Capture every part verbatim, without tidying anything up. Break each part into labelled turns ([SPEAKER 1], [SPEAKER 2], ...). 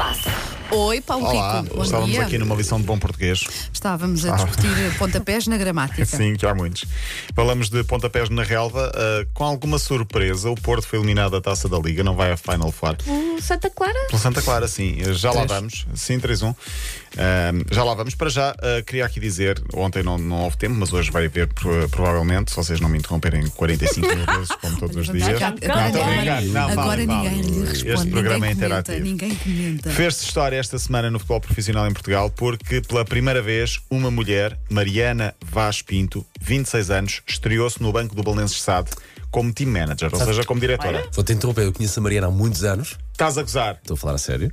[SPEAKER 1] passa?
[SPEAKER 2] Oi, Paulo
[SPEAKER 3] Olá,
[SPEAKER 2] Rico. Bom
[SPEAKER 3] estávamos
[SPEAKER 2] dia.
[SPEAKER 3] aqui numa lição de bom português.
[SPEAKER 2] Estávamos a discutir pontapés na gramática.
[SPEAKER 3] Sim, que há muitos. Falamos de pontapés na relva. Uh, com alguma surpresa, o Porto foi eliminado da Taça da Liga, não vai a Final Four.
[SPEAKER 1] O Santa Clara?
[SPEAKER 3] Pelo Santa Clara, sim. Já lá vamos. Sim, três um. Uh, já lá vamos. Para já, uh, queria aqui dizer, ontem não, não houve tempo, mas hoje vai haver, pro- provavelmente, se vocês não me interromperem quarenta e cinco mil vezes, como todos os dias.
[SPEAKER 2] Já-
[SPEAKER 3] Não, estou a brincar. Não,
[SPEAKER 2] Agora
[SPEAKER 3] vale, vale.
[SPEAKER 2] ninguém lhe responde.
[SPEAKER 3] Este programa
[SPEAKER 2] ninguém
[SPEAKER 3] é
[SPEAKER 2] comenta,
[SPEAKER 3] interativo.
[SPEAKER 2] ninguém comenta.
[SPEAKER 3] Fez-se história esta semana no futebol profissional em Portugal porque, pela primeira vez, uma mulher, Mariana Vaz Pinto, vinte e seis anos, estreou-se no banco do Belenenses S A D como team manager, ou seja, como diretora.
[SPEAKER 4] Vou-te interromper, eu conheço a Mariana há muitos anos.
[SPEAKER 3] Estás a gozar?
[SPEAKER 4] Estou a falar a sério.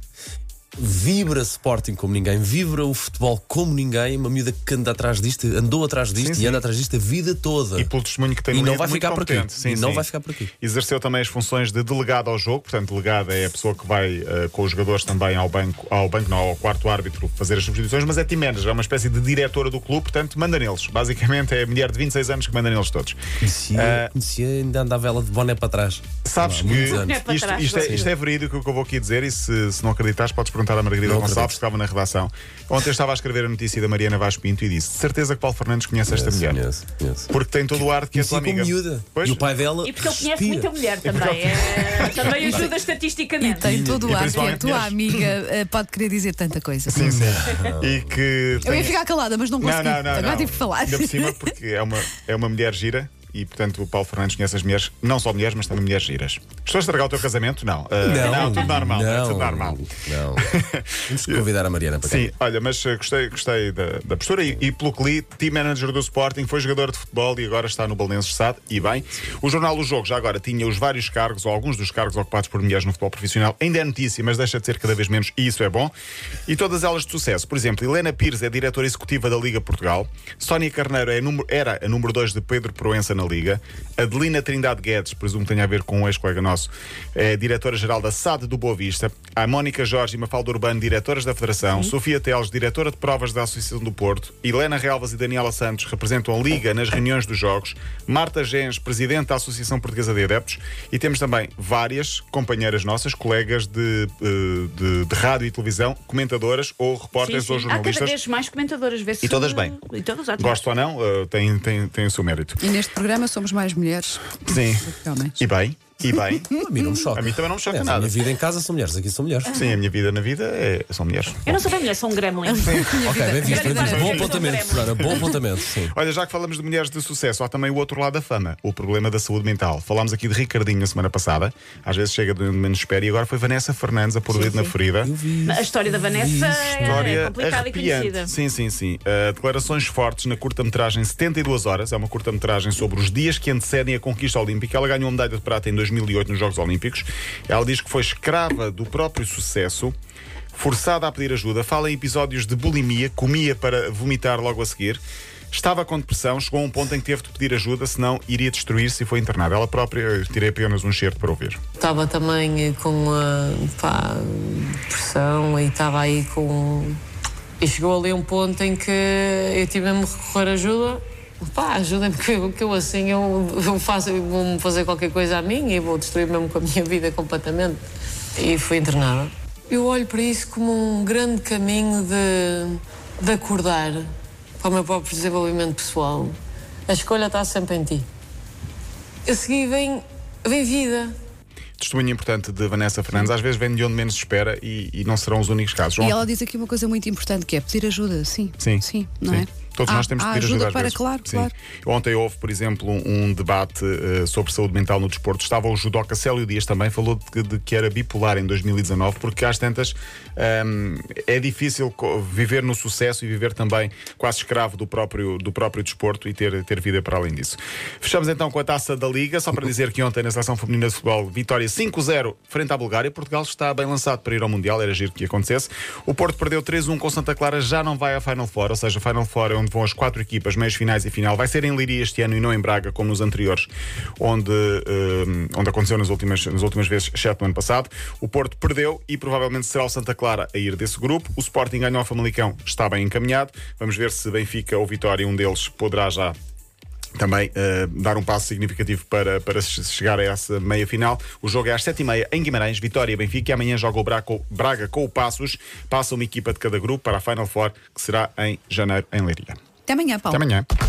[SPEAKER 4] Vibra Sporting como ninguém, vibra o futebol como ninguém. Uma miúda que anda atrás disto, andou atrás disto
[SPEAKER 3] Sim,
[SPEAKER 4] e
[SPEAKER 3] sim.
[SPEAKER 4] anda atrás disto a vida toda.
[SPEAKER 3] E pelo testemunho que tem
[SPEAKER 4] E
[SPEAKER 3] no
[SPEAKER 4] não
[SPEAKER 3] livro,
[SPEAKER 4] vai
[SPEAKER 3] muito
[SPEAKER 4] ficar por aqui.
[SPEAKER 3] competente. Sim,
[SPEAKER 4] E não
[SPEAKER 3] sim.
[SPEAKER 4] vai ficar por aqui.
[SPEAKER 3] Exerceu também as funções de delegado ao jogo, portanto, delegado é a pessoa que vai uh, com os jogadores também ao banco, ao banco, não, ao quarto árbitro fazer as substituições, mas é team manager, é uma espécie de diretora do clube, portanto, manda neles. Basicamente é a mulher de vinte e seis anos que manda neles todos.
[SPEAKER 4] Conhecia,
[SPEAKER 3] Ah.
[SPEAKER 4] conhecia, ainda andava ela de boné para trás.
[SPEAKER 3] Sabes
[SPEAKER 4] Há
[SPEAKER 3] que
[SPEAKER 4] muitos
[SPEAKER 3] isto,
[SPEAKER 4] anos.
[SPEAKER 1] É para trás,
[SPEAKER 3] isto, é,
[SPEAKER 1] sim.
[SPEAKER 3] isto é verídico o que eu vou aqui dizer e se, se não acreditares podes perguntar à Margarida
[SPEAKER 4] Não
[SPEAKER 3] Gonçalves,
[SPEAKER 4] acredito.
[SPEAKER 3] que estava na redação. Ontem eu estava a escrever a notícia da Mariana Vaz Pinto e disse: de certeza que Paulo Fernandes conhece esta
[SPEAKER 4] Conheço,
[SPEAKER 3] mulher.
[SPEAKER 4] conheço, conheço.
[SPEAKER 3] Porque tem todo o ar de que é tua
[SPEAKER 4] Conhecia como
[SPEAKER 3] amiga.
[SPEAKER 4] miúda.
[SPEAKER 3] Pois?
[SPEAKER 4] E o pai dela
[SPEAKER 1] E porque ele conhece
[SPEAKER 4] respira.
[SPEAKER 1] muita mulher também. É, também ajuda
[SPEAKER 2] E
[SPEAKER 1] estatisticamente.
[SPEAKER 2] tem todo
[SPEAKER 3] E
[SPEAKER 2] o ar que a
[SPEAKER 3] principalmente
[SPEAKER 2] tua
[SPEAKER 3] mulheres.
[SPEAKER 2] amiga eh, pode querer dizer tanta coisa.
[SPEAKER 3] Sim, sim. E que.
[SPEAKER 2] Eu ia
[SPEAKER 3] tem-
[SPEAKER 2] ficar calada, mas não
[SPEAKER 3] Não,
[SPEAKER 2] consegui.
[SPEAKER 3] não, não.
[SPEAKER 2] Agora
[SPEAKER 3] não.
[SPEAKER 2] tive que falar.
[SPEAKER 3] Ainda por cima, porque é uma, é uma mulher gira. E, portanto, o Paulo Fernandes conhece as mulheres, não só mulheres, mas também mulheres giras. Estou a estragar o teu casamento? Não. Uh, não, tudo normal.
[SPEAKER 4] Não,
[SPEAKER 3] é tudo normal.
[SPEAKER 4] Não. Vamos convidar a Mariana para cá.
[SPEAKER 3] Sim, olha, mas uh, gostei, gostei da, da postura e, e pelo que li, team manager do Sporting, foi jogador de futebol e agora está no Belenenses S A D. E bem, o jornal O Jogo já agora tinha os vários cargos, ou alguns dos cargos ocupados por mulheres no futebol profissional. Ainda é notícia, mas deixa de ser cada vez menos, e isso é bom. E todas elas de sucesso. Por exemplo, Helena Pires é diretora executiva da Liga Portugal. Sónia Carneiro é número, era a número dois de Pedro Proença na Liga. Adelina Trindade Guedes, presumo que tenha a ver com um ex-colega nosso, é diretora-geral da S A D do Boa Vista. A Mónica Jorge e Mafalda Urbano, diretoras da Federação. Sofia Teles, diretora de provas da Associação do Porto. Helena Relvas e Daniela Santos representam a Liga nas reuniões dos jogos. Marta Gens, presidente da Associação Portuguesa de Adeptos. E temos também várias companheiras nossas, colegas de, eh, de, de rádio e televisão, comentadoras ou repórteres
[SPEAKER 1] Sim,
[SPEAKER 3] ou
[SPEAKER 1] sim. Há cada
[SPEAKER 3] jornalistas.
[SPEAKER 1] vez mais comentadoras, vê-se.
[SPEAKER 3] E todas bem.
[SPEAKER 1] E todas ótimas.
[SPEAKER 3] Gosto ou não, eh, tem, tem, tem o seu mérito.
[SPEAKER 2] E neste programa somos mais mulheres.
[SPEAKER 3] Sim.
[SPEAKER 2] Realmente.
[SPEAKER 3] E bem, e bem.
[SPEAKER 4] A mim não me choca.
[SPEAKER 3] A mim também não me choca
[SPEAKER 4] Aliás, a
[SPEAKER 3] nada.
[SPEAKER 4] minha vida em casa são mulheres, aqui são mulheres.
[SPEAKER 3] Sim, a minha vida na vida é, são mulheres.
[SPEAKER 1] Eu não sou bem mulher, sou um gremlin.
[SPEAKER 4] Ok, bem visto, bem visto. Bom
[SPEAKER 1] Sim.
[SPEAKER 4] apontamento, Susana, bom apontamento. Sim.
[SPEAKER 3] Olha, já que falamos de mulheres de sucesso, há também o outro lado da fama, o problema da saúde mental. Falámos aqui de Ricardinho na semana passada, às vezes chega de onde menos espera, e agora foi Vanessa Fernandes a pôr o dedo na ferida.
[SPEAKER 4] Eu vi.
[SPEAKER 1] A história da Vanessa é
[SPEAKER 3] História
[SPEAKER 1] complicada e conhecida.
[SPEAKER 3] arrepiante. Sim, sim, sim. Uh, declarações fortes na curta-metragem setenta e duas horas. É uma curta-metragem sobre os dias que antecedem a conquista olímpica. Ela ganhou uma medalha de prata em dois mil e oito nos Jogos Olímpicos. Ela diz que foi escrava do próprio sucesso, forçada a pedir ajuda. Fala em episódios de bulimia, comia para vomitar logo a seguir. Estava com depressão, chegou a um ponto em que teve de pedir ajuda, senão iria destruir-se e foi internada. Ela própria, eu tirei apenas um certo para ouvir.
[SPEAKER 5] Estava também com a pá, depressão e estava aí com. E chegou ali um ponto em que eu tive mesmo de recorrer a ajuda. Pá, ajudem-me, que eu, que eu assim eu, eu faço, eu vou fazer qualquer coisa a mim e vou destruir mesmo com a minha vida completamente. E fui internada. Eu olho para isso como um grande caminho de, de acordar para o meu próprio desenvolvimento pessoal. A escolha está sempre em ti. A seguir vem, vem vida.
[SPEAKER 3] Testemunho importante de Vanessa Fernandes, às vezes vem de onde menos se espera e, e não serão os únicos casos.
[SPEAKER 2] E ela diz aqui uma coisa muito importante que é pedir ajuda, sim.
[SPEAKER 3] Sim,
[SPEAKER 2] Sim, não
[SPEAKER 3] sim.
[SPEAKER 2] é?
[SPEAKER 3] Todos
[SPEAKER 2] Há-
[SPEAKER 3] nós temos de
[SPEAKER 2] há
[SPEAKER 3] pedir ajuda, às
[SPEAKER 2] para,
[SPEAKER 3] vezes.
[SPEAKER 2] claro,
[SPEAKER 3] Sim.
[SPEAKER 2] claro.
[SPEAKER 3] Ontem houve, por exemplo, um debate uh, sobre saúde mental no desporto. Estava o judoca Célio Dias também, falou de, de que era bipolar em dois mil e dezanove, porque às tantas um, é difícil co- viver no sucesso e viver também quase escravo do próprio, do próprio desporto e ter, ter vida para além disso. Fechamos então com a Taça da Liga, só para dizer que ontem na seleção feminina de futebol, vitória cinco zero frente à Bulgária. Portugal está bem lançado para ir ao Mundial, era giro que acontecesse. O Porto perdeu três um com Santa Clara, já não vai à Final Four, ou seja, a Final Four é onde vão as quatro equipas, meios finais e final. Vai ser em Leiria este ano e não em Braga, como nos anteriores, onde, uh, onde aconteceu nas últimas, nas últimas vezes, exceto no ano passado. O Porto perdeu e provavelmente será o Santa Clara a ir desse grupo. O Sporting ganhou ao Famalicão, está bem encaminhado. Vamos ver se Benfica ou Vitória, um deles, poderá já também uh, dar um passo significativo para, para chegar a essa meia-final. O jogo é às sete e meia em Guimarães, Vitória e Benfica. E amanhã joga o Braga, Braga com o Passos. Passa uma equipa de cada grupo para a Final Four, que será em janeiro em Leiria.
[SPEAKER 2] Até amanhã, Paulo.
[SPEAKER 3] Até amanhã.